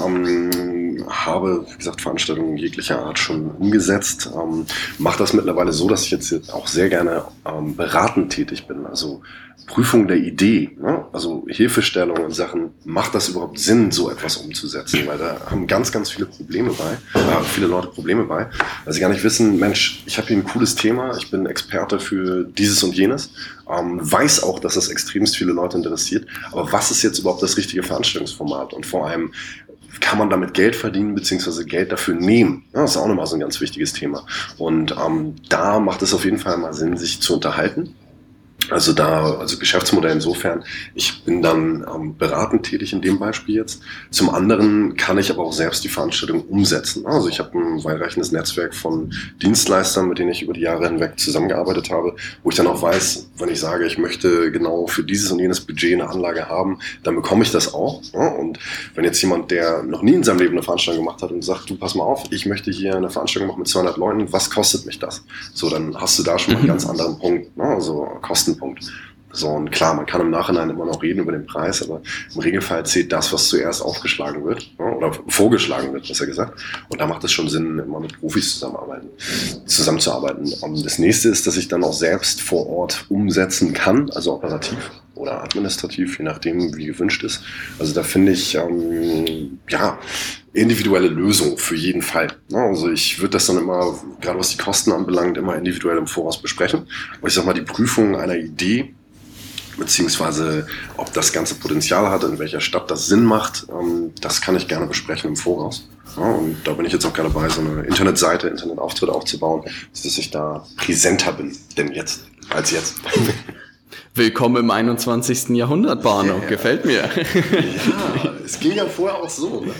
habe, wie gesagt, Veranstaltungen jeglicher Art schon umgesetzt. Mache das mittlerweile so, dass ich jetzt auch sehr gerne beratend tätig bin. Also Prüfung der Idee, ne? Also Hilfestellung in Sachen, macht das überhaupt Sinn, so etwas umzusetzen? Weil da haben ganz, ganz viele Leute Probleme bei, weil sie gar nicht wissen, Mensch, ich habe hier ein cooles Thema, ich bin Experte für dieses und jenes, weiß auch, dass das extremst viele Leute interessiert, aber was ist jetzt überhaupt das richtige Veranstaltungsformat? Und vor allem, kann man damit Geld verdienen, beziehungsweise Geld dafür nehmen? Ja, das ist auch nochmal so ein ganz wichtiges Thema. Und da macht es auf jeden Fall mal Sinn, sich zu unterhalten. Also Geschäftsmodell insofern, ich bin dann beratend tätig in dem Beispiel jetzt. Zum anderen kann ich aber auch selbst die Veranstaltung umsetzen. Also ich habe ein weitreichendes Netzwerk von Dienstleistern, mit denen ich über die Jahre hinweg zusammengearbeitet habe, wo ich dann auch weiß, wenn ich sage, ich möchte genau für dieses und jenes Budget eine Anlage haben, dann bekomme ich das auch. Ja? Und wenn jetzt jemand, der noch nie in seinem Leben eine Veranstaltung gemacht hat und sagt, du pass mal auf, ich möchte hier eine Veranstaltung machen mit 200 Leuten, was kostet mich das? So, dann hast du da schon mal einen ganz anderen Punkt, ne? Also Kostenpunkt. So, und klar, man kann im Nachhinein immer noch reden über den Preis, aber im Regelfall zählt das, was zuerst aufgeschlagen wird, oder vorgeschlagen wird, besser gesagt. Und da macht es schon Sinn, immer mit Profis zusammenzuarbeiten. Und das nächste ist, dass ich dann auch selbst vor Ort umsetzen kann, also operativ oder administrativ, je nachdem, wie gewünscht ist. Also da finde ich, individuelle Lösung für jeden Fall. Also ich würde das dann immer, gerade was die Kosten anbelangt, immer individuell im Voraus besprechen. Und ich sag mal, die Prüfung einer Idee, beziehungsweise ob das ganze Potenzial hat, in welcher Stadt das Sinn macht, das kann ich gerne besprechen im Voraus. Ja, und da bin ich jetzt auch gerade dabei, so eine Internetseite, Internetauftritte aufzubauen, dass ich da präsenter bin, als jetzt. Willkommen im 21. Jahrhundert, Bano. Ja. Gefällt mir. Ja, es ging ja vorher auch so. Ne?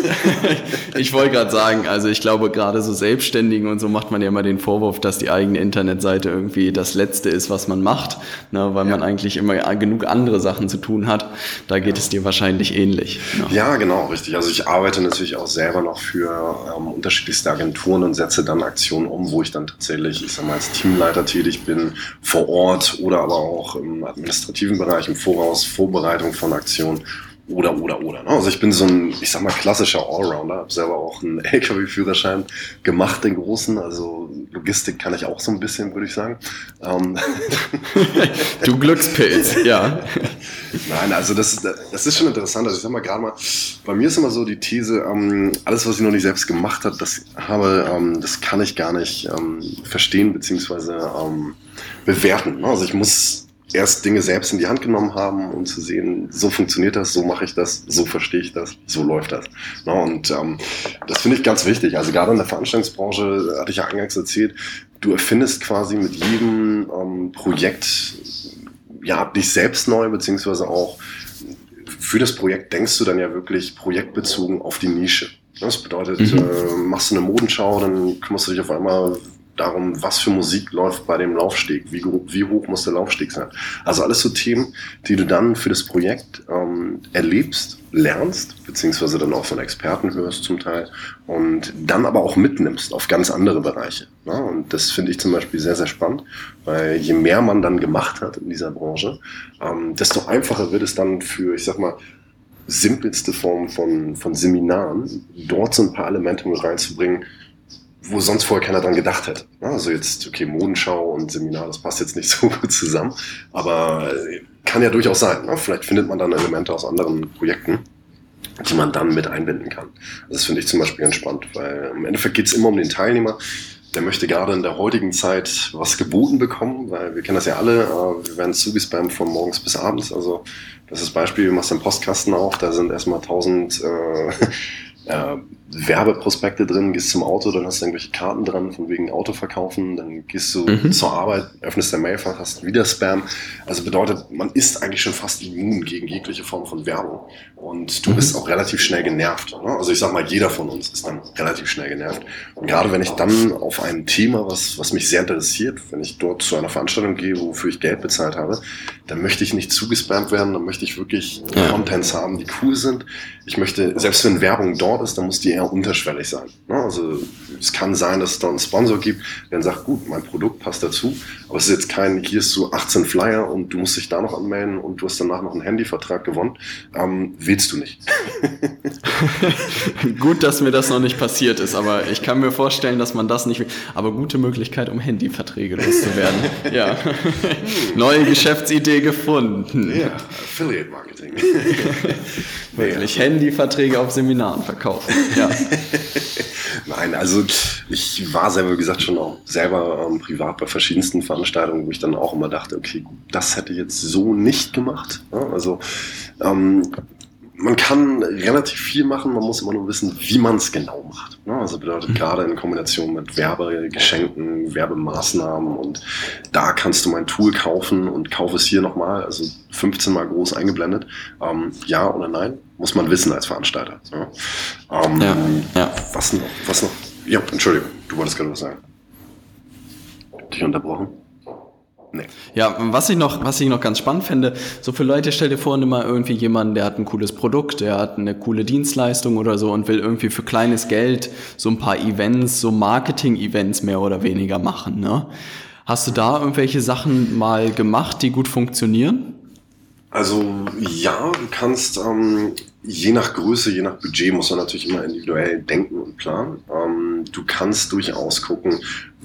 Ich wollte gerade sagen, also ich glaube, gerade so Selbstständigen und so macht man ja immer den Vorwurf, dass die eigene Internetseite irgendwie das Letzte ist, was man macht, ne, weil man eigentlich immer genug andere Sachen zu tun hat. Da geht es dir wahrscheinlich ähnlich. Ja, genau, richtig. Also ich arbeite natürlich auch selber noch für unterschiedlichste Agenturen und setze dann Aktionen um, wo ich dann tatsächlich, ich sag mal, als Teamleiter tätig bin, vor Ort oder aber auch im administrativen Bereich, im Voraus, Vorbereitung von Aktionen oder. Also ich bin so ein, ich sag mal, klassischer Allrounder, habe selber auch einen LKW-Führerschein gemacht, den großen, also Logistik kann ich auch so ein bisschen, würde ich sagen. Du Glückspilz, ja. Nein, also das ist schon interessant. Also ich sag mal gerade mal, bei mir ist immer so die These, alles, was ich noch nicht selbst gemacht habe, das kann ich gar nicht verstehen beziehungsweise bewerten. Also ich muss erst Dinge selbst in die Hand genommen haben, um zu sehen, so funktioniert das, so mache ich das, so verstehe ich das, so läuft das. Und das finde ich ganz wichtig. Also gerade in der Veranstaltungsbranche, hatte ich ja eingangs erzählt, du erfindest quasi mit jedem Projekt dich selbst neu, beziehungsweise auch für das Projekt denkst du dann ja wirklich projektbezogen auf die Nische. Das bedeutet, machst du eine Modenschau, dann kümmerst du dich auf einmal darum, was für Musik läuft bei dem Laufsteg, wie hoch muss der Laufsteg sein. Also alles so Themen, die du dann für das Projekt erlebst, lernst, beziehungsweise dann auch von Experten hörst zum Teil und dann aber auch mitnimmst auf ganz andere Bereiche. Ja, und das finde ich zum Beispiel sehr, sehr spannend, weil je mehr man dann gemacht hat in dieser Branche, desto einfacher wird es dann für, ich sag mal, simpelste Form von Seminaren, dort so ein paar Elemente mit reinzubringen, wo sonst vorher keiner dran gedacht hätte. Also jetzt, okay, Modenschau und Seminar, das passt jetzt nicht so gut zusammen, aber kann ja durchaus sein. Ne? Vielleicht findet man dann Elemente aus anderen Projekten, die man dann mit einbinden kann. Das finde ich zum Beispiel ganz spannend, weil im Endeffekt geht es immer um den Teilnehmer. Der möchte gerade in der heutigen Zeit was geboten bekommen, weil wir kennen das ja alle, wir werden zugespammt von morgens bis abends. Also das ist das Beispiel, du machst den Postkasten auf, da sind erstmal 1000 Werbeprospekte drin, gehst zum Auto, dann hast du irgendwelche Karten dran, von wegen Auto verkaufen, dann gehst du zur Arbeit, öffnest dein Mailfach, hast wieder Spam. Also bedeutet, man ist eigentlich schon fast immun gegen jegliche Form von Werbung. Und du bist auch relativ schnell genervt. Ne? Also ich sag mal, jeder von uns ist dann relativ schnell genervt. Und gerade wenn ich dann auf ein Thema, was mich sehr interessiert, wenn ich dort zu einer Veranstaltung gehe, wofür ich Geld bezahlt habe, dann möchte ich nicht zugespammt werden, dann möchte ich wirklich Contents haben, die cool sind. Ich möchte, selbst wenn Werbung dort ist, dann muss die eher unterschwellig sein. Ne? Also es kann sein, dass es da einen Sponsor gibt, der dann sagt, gut, mein Produkt passt dazu, aber es ist jetzt kein, hier ist so 18 Flyer und du musst dich da noch anmelden und du hast danach noch einen Handyvertrag gewonnen. Willst du nicht. Gut, dass mir das noch nicht passiert ist, aber ich kann mir vorstellen, dass man das nicht will. Aber gute Möglichkeit, um Handyverträge loszuwerden. Ja. Neue Geschäftsidee gefunden. Ja, Affiliate Marketing. Wirklich, Handyverträge auf Seminaren verkaufen. Ja. Nein, also ich war selber, wie gesagt, schon auch selber privat bei verschiedensten Veranstaltungen, wo ich dann auch immer dachte, okay, das hätte ich jetzt so nicht gemacht. Ja, also man kann relativ viel machen, man muss immer nur wissen, wie man es genau macht. Also bedeutet gerade in Kombination mit Werbegeschenken, Werbemaßnahmen und da kannst du mein Tool kaufen und kauf es hier nochmal, also 15 Mal groß eingeblendet. Ja oder nein, muss man wissen als Veranstalter. Ja. Was noch? Ja, Entschuldigung, du wolltest gerade was sagen. Dich unterbrochen? Nee. Ja, was ich noch ganz spannend fände, so für Leute, stell dir vor, nimm mal irgendwie jemanden, der hat ein cooles Produkt, der hat eine coole Dienstleistung oder so und will irgendwie für kleines Geld so ein paar Events, so Marketing-Events mehr oder weniger machen, ne? Hast du da irgendwelche Sachen mal gemacht, die gut funktionieren? Also ja, du kannst je nach Größe, je nach Budget muss man natürlich immer individuell denken und planen. Du kannst durchaus gucken,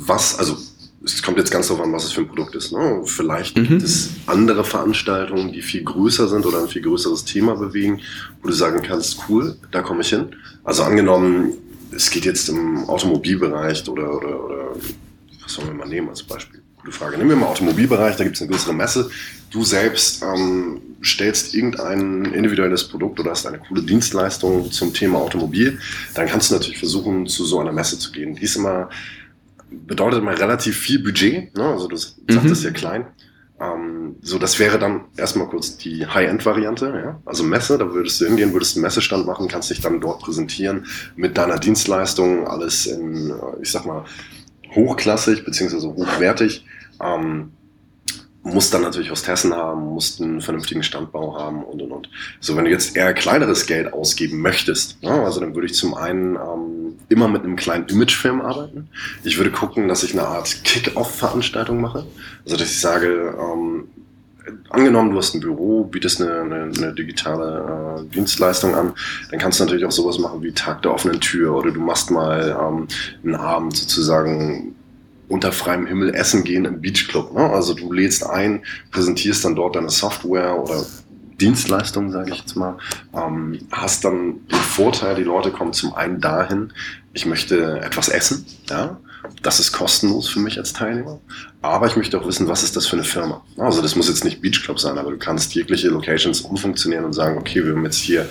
es kommt jetzt ganz darauf an, was es für ein Produkt ist. Ne? Vielleicht gibt es andere Veranstaltungen, die viel größer sind oder ein viel größeres Thema bewegen, wo du sagen kannst, cool, da komme ich hin. Also angenommen, es geht jetzt im Automobilbereich oder was sollen wir mal nehmen als Beispiel? Gute Frage. Nehmen wir mal Automobilbereich, da gibt es eine größere Messe. Du selbst stellst irgendein individuelles Produkt oder hast eine coole Dienstleistung zum Thema Automobil, dann kannst du natürlich versuchen, zu so einer Messe zu gehen. Die ist bedeutet immer relativ viel Budget, ne? Also du sagtest ja klein. So, das wäre dann erstmal kurz die High-End-Variante, ja? Also Messe, da würdest du hingehen, würdest einen Messestand machen, kannst dich dann dort präsentieren mit deiner Dienstleistung, alles in, ich sag mal, hochklassig beziehungsweise hochwertig. Musst dann natürlich was testen haben, musst einen vernünftigen Standbau haben und. So, wenn du jetzt eher kleineres Geld ausgeben möchtest, ne, also dann würde ich zum einen immer mit einem kleinen Imagefilm arbeiten. Ich würde gucken, dass ich eine Art Kick-Off-Veranstaltung mache. Also, dass ich sage, angenommen, du hast ein Büro, bietest eine digitale Dienstleistung an, dann kannst du natürlich auch sowas machen wie Tag der offenen Tür oder du machst mal einen Abend sozusagen unter freiem Himmel essen gehen im Beachclub. Ne? Also du lädst ein, präsentierst dann dort deine Software oder Dienstleistung, sage ich jetzt mal, hast dann den Vorteil, die Leute kommen zum einen dahin, ich möchte etwas essen, ja, das ist kostenlos für mich als Teilnehmer, aber ich möchte auch wissen, was ist das für eine Firma. Also das muss jetzt nicht Beachclub sein, aber du kannst jegliche Locations umfunktionieren und sagen, okay, wir haben jetzt hier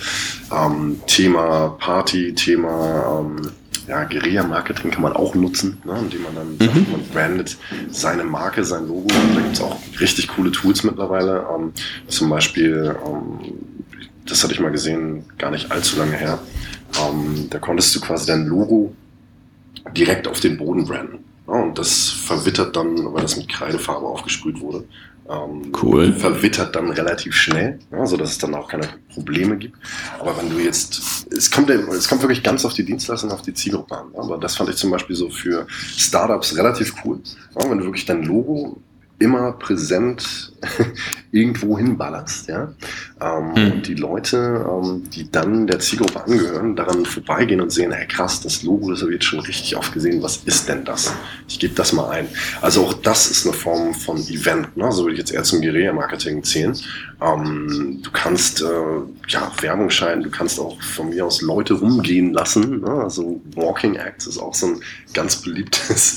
Thema Party, Thema Guerilla-Marketing kann man auch nutzen, ne, indem man dann sagt, man brandet seine Marke, sein Logo. Und da gibt es auch richtig coole Tools mittlerweile. Zum Beispiel, das hatte ich mal gesehen, gar nicht allzu lange her. Da konntest du quasi dein Logo direkt auf den Boden branden. Ja, und das verwittert dann, weil das mit Kreidefarbe aufgesprüht wurde. Cool. Verwittert dann relativ schnell, ja, sodass es dann auch keine Probleme gibt. Aber wenn du jetzt, es kommt wirklich ganz auf die Dienstleistung, auf die Zielgruppe an. Aber das fand ich zum Beispiel so für Startups relativ cool. Ja, wenn du wirklich dein Logo immer präsent irgendwo hinballerst, ja. Und die Leute, die dann der Zielgruppe angehören, daran vorbeigehen und sehen, hey krass, das Logo, das habe ich jetzt schon richtig oft gesehen, was ist denn das? Ich gebe das mal ein. Also auch das ist eine Form von Event, ne? So würde ich jetzt eher zum Guerilla-Marketing zählen. Du kannst Werbung schalten, du kannst auch von mir aus Leute rumgehen lassen, ne? Also Walking Acts ist auch so ein ganz beliebtes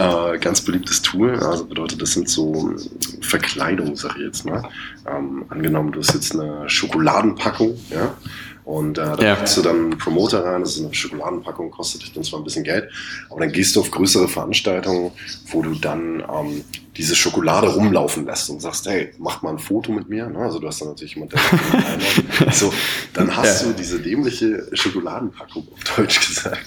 Tool. Also bedeutet, das sind so Verkleidungen, sag ich jetzt mal. Angenommen, du hast jetzt eine Schokoladenpackung, ja, und da kriegst du dann einen Promoter rein, das ist eine Schokoladenpackung, kostet dich dann zwar ein bisschen Geld, aber dann gehst du auf größere Veranstaltungen, wo du dann diese Schokolade rumlaufen lässt und sagst, hey, mach mal ein Foto mit mir, ne? Also du hast dann natürlich jemand, der so, dann hast du diese dämliche Schokoladenpackung, auf Deutsch gesagt,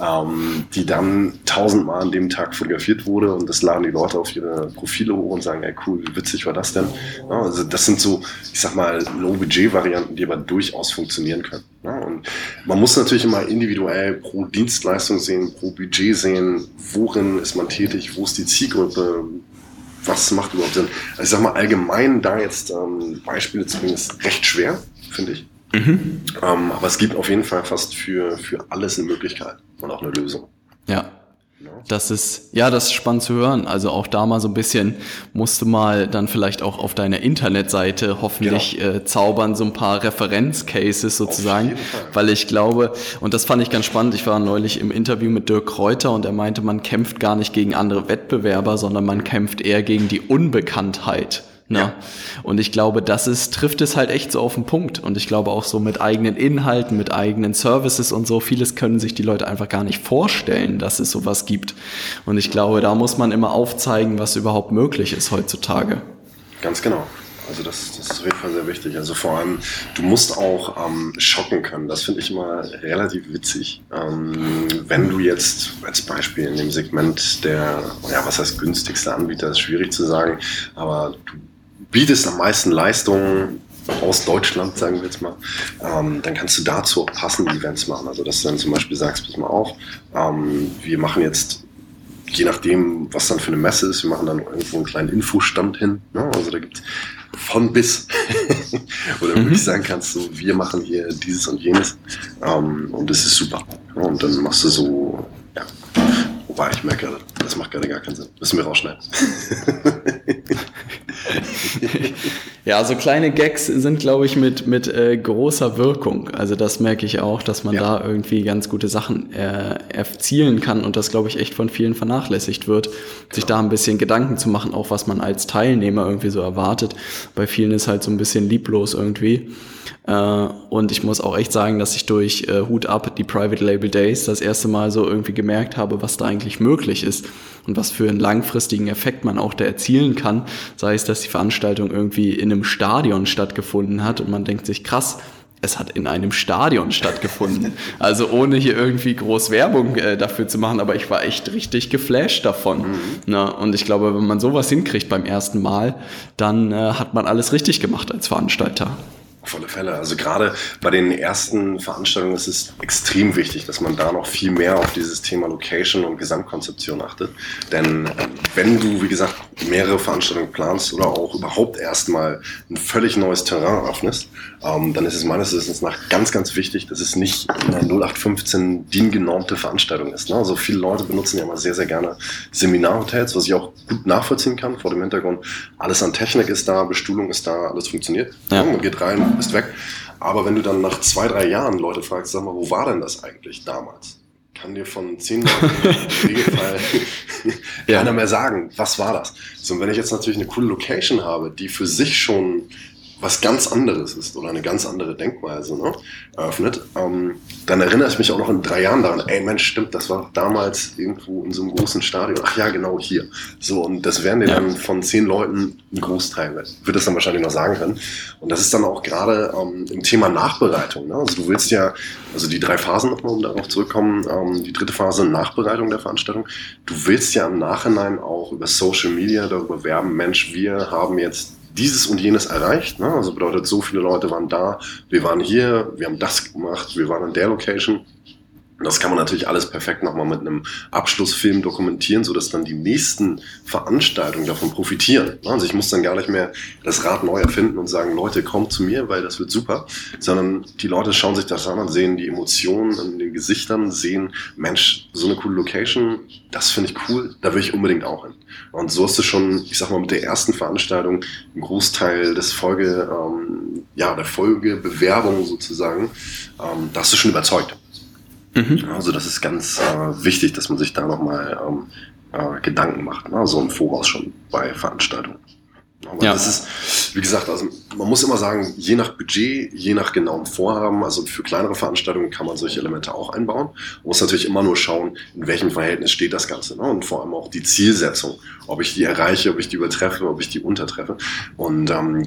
die dann 1000-mal an dem Tag fotografiert wurde und das laden die Leute auf ihre Profile hoch und sagen, ey cool, wie witzig war das denn? Ja, also das sind so, ich sag mal, Low-Budget-Varianten, die aber durchaus funktionieren können. Ja, und man muss natürlich immer individuell pro Dienstleistung sehen, pro Budget sehen, worin ist man tätig, wo ist die Zielgruppe, was macht überhaupt Sinn. Also ich sag mal, allgemein da jetzt Beispiele zu bringen, ist recht schwer, finde ich. Aber es gibt auf jeden Fall fast für alles eine Möglichkeit und auch eine Lösung. Ja. Das ist spannend zu hören. Also auch da mal so ein bisschen musst du mal dann vielleicht auch auf deiner Internetseite hoffentlich zaubern, so ein paar Referenzcases sozusagen, weil ich glaube, und das fand ich ganz spannend, ich war neulich im Interview mit Dirk Kräuter und er meinte, man kämpft gar nicht gegen andere Wettbewerber, sondern man kämpft eher gegen die Unbekanntheit. Ja. Und ich glaube, trifft es halt echt so auf den Punkt. Und ich glaube auch so mit eigenen Inhalten, mit eigenen Services und so, vieles können sich die Leute einfach gar nicht vorstellen, dass es sowas gibt. Und ich glaube, da muss man immer aufzeigen, was überhaupt möglich ist heutzutage. Ganz genau. Also das ist auf jeden Fall sehr wichtig. Also vor allem, du musst auch schocken können. Das finde ich immer relativ witzig. Wenn du jetzt als Beispiel in dem Segment was heißt günstigste Anbieter, ist schwierig zu sagen, aber du bietest am meisten Leistungen aus Deutschland, sagen wir jetzt mal, dann kannst du dazu auch passende Events machen. Also dass du dann zum Beispiel sagst, pass mal auf, wir machen jetzt, je nachdem, was dann für eine Messe ist, wir machen dann irgendwo einen kleinen Infostand hin. Ne? Also da gibt es von bis. Oder wirklich sagen kannst, so, wir machen hier dieses und jenes. Und das ist super. Ja, und dann machst du so, ja. Wobei ich merke, das macht gerade gar keinen Sinn. Müssen wir rausschneiden. Ja, so kleine Gags sind, glaube ich, mit großer Wirkung. Also das merke ich auch, dass man da irgendwie ganz gute Sachen erzielen kann und das, glaube ich, echt von vielen vernachlässigt wird, sich da ein bisschen Gedanken zu machen, auch was man als Teilnehmer irgendwie so erwartet. Bei vielen ist halt so ein bisschen lieblos irgendwie. Und ich muss auch echt sagen, dass ich durch Hut ab die Private Label Days das erste Mal so irgendwie gemerkt habe, was da eigentlich möglich ist und was für einen langfristigen Effekt man auch da erzielen kann. Sei es, dass die Veranstaltung irgendwie in einem Stadion stattgefunden hat und man denkt sich, krass, es hat in einem Stadion stattgefunden. Also ohne hier irgendwie groß Werbung dafür zu machen, aber ich war echt richtig geflasht davon. Na, und ich glaube, wenn man sowas hinkriegt beim ersten Mal, dann hat man alles richtig gemacht als Veranstalter. Auf alle Fälle. Also gerade bei den ersten Veranstaltungen ist es extrem wichtig, dass man da noch viel mehr auf dieses Thema Location und Gesamtkonzeption achtet. Denn wenn du, wie gesagt, mehrere Veranstaltungen planst oder auch überhaupt erstmal ein völlig neues Terrain öffnest, dann ist es meines Wissens nach ganz, ganz wichtig, dass es nicht eine 0815 DIN-genormte Veranstaltung ist. Ne? Also viele Leute benutzen ja immer sehr, sehr gerne Seminarhotels, was ich auch gut nachvollziehen kann vor dem Hintergrund. Alles an Technik ist da, Bestuhlung ist da, alles funktioniert. Ja. Man geht rein, bist weg. Aber wenn du dann nach 2-3 Jahren Leute fragst, sag mal, wo war denn das eigentlich damals? Kann dir von 10 Leuten im Regelfall keiner mehr sagen, was war das? So, und wenn ich jetzt natürlich eine coole Location habe, die für sich schon was ganz anderes ist oder eine ganz andere Denkweise eröffnet, dann erinnere ich mich auch noch in 3 Jahren daran, ey Mensch, stimmt, das war damals irgendwo in so einem großen Stadion. Ach ja, genau hier. So, und das werden dir dann von 10 Leuten ein Großteil, wird das dann wahrscheinlich noch sagen können. Und das ist dann auch gerade im Thema Nachbereitung. Ne? Also du willst ja, also die 3 Phasen nochmal, um darauf zurückkommen, die 3. Phase, Nachbereitung der Veranstaltung. Du willst ja im Nachhinein auch über Social Media darüber werben, Mensch, wir haben jetzt dieses und jenes erreicht, ne? Also bedeutet, so viele Leute waren da, wir waren hier, wir haben das gemacht, wir waren an der Location. Das kann man natürlich alles perfekt nochmal mit einem Abschlussfilm dokumentieren, sodass dann die nächsten Veranstaltungen davon profitieren. Also ich muss dann gar nicht mehr das Rad neu erfinden und sagen, Leute, kommt zu mir, weil das wird super, sondern die Leute schauen sich das an und sehen die Emotionen in den Gesichtern, sehen, Mensch, so eine coole Location, das finde ich cool, da will ich unbedingt auch hin. Und so hast du schon, ich sag mal, mit der ersten Veranstaltung einen Großteil des der Folgebewerbung sozusagen, da hast du schon überzeugt. Also das ist ganz wichtig, dass man sich da nochmal Gedanken macht, ne? So im Voraus schon bei Veranstaltungen. Aber das ist, wie gesagt, also man muss immer sagen, je nach Budget, je nach genauem Vorhaben, also für kleinere Veranstaltungen kann man solche Elemente auch einbauen. Man muss natürlich immer nur schauen, in welchem Verhältnis steht das Ganze, ne? Und vor allem auch die Zielsetzung, ob ich die erreiche, ob ich die übertreffe, ob ich die untertreffe. Und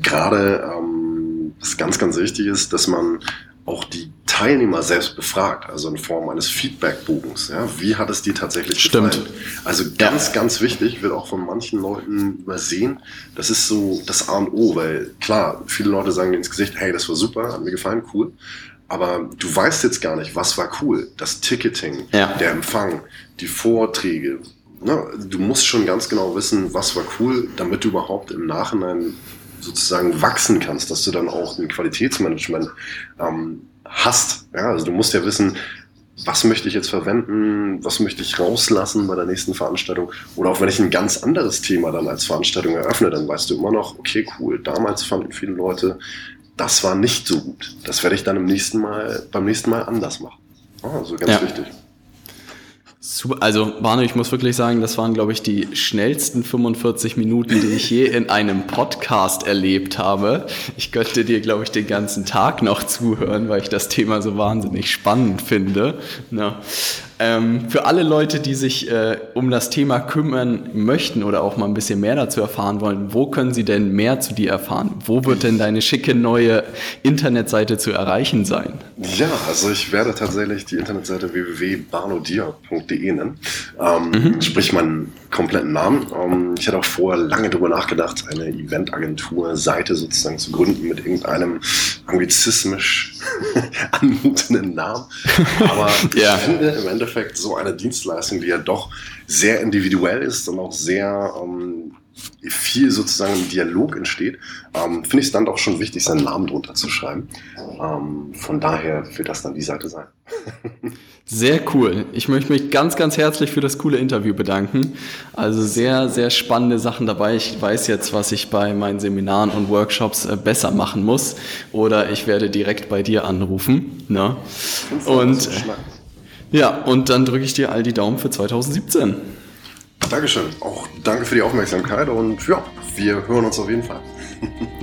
was ganz, ganz wichtig ist, dass man auch die Teilnehmer selbst befragt, also in Form eines Feedbackbogens. Ja? Wie hat es dir tatsächlich gefallen? Also ganz wichtig, wird auch von manchen Leuten übersehen. Das ist so das A und O, weil klar, viele Leute sagen dir ins Gesicht, hey, das war super, hat mir gefallen, cool. Aber du weißt jetzt gar nicht, was war cool. Das Ticketing, der Empfang, die Vorträge. Ne? Du musst schon ganz genau wissen, was war cool, damit du überhaupt im Nachhinein sozusagen wachsen kannst, dass du dann auch ein Qualitätsmanagement hast. Ja, also du musst ja wissen, was möchte ich jetzt verwenden, was möchte ich rauslassen bei der nächsten Veranstaltung. Oder auch wenn ich ein ganz anderes Thema dann als Veranstaltung eröffne, dann weißt du immer noch, okay, cool, damals fanden viele Leute, das war nicht so gut. Das werde ich dann beim nächsten Mal anders machen. Also ganz wichtig. Also, Barno, ich muss wirklich sagen, das waren, glaube ich, die schnellsten 45 Minuten, die ich je in einem Podcast erlebt habe. Ich könnte dir, glaube ich, den ganzen Tag noch zuhören, weil ich das Thema so wahnsinnig spannend finde. Ja. Für alle Leute, die sich um das Thema kümmern möchten oder auch mal ein bisschen mehr dazu erfahren wollen, wo können sie denn mehr zu dir erfahren? Wo wird denn deine schicke neue Internetseite zu erreichen sein? Ja, also ich werde tatsächlich die Internetseite www.barnodiop.de nennen. Sprich meinen kompletten Namen. Ich hatte auch vorher lange darüber nachgedacht, eine Eventagentur-Seite sozusagen zu gründen mit irgendeinem anglizismisch anmutenden Namen. Aber ich finde im Endeffekt so eine Dienstleistung, die ja doch sehr individuell ist und auch sehr viel sozusagen im Dialog entsteht, finde ich es dann doch schon wichtig, seinen Namen drunter zu schreiben. Von daher wird das dann die Seite sein. Sehr cool. Ich möchte mich ganz, ganz herzlich für das coole Interview bedanken. Also sehr, sehr spannende Sachen dabei. Ich weiß jetzt, was ich bei meinen Seminaren und Workshops besser machen muss. Oder ich werde direkt bei dir anrufen. Ne? Und dann drücke ich dir all die Daumen für 2017. Dankeschön. Auch danke für die Aufmerksamkeit und ja, wir hören uns auf jeden Fall.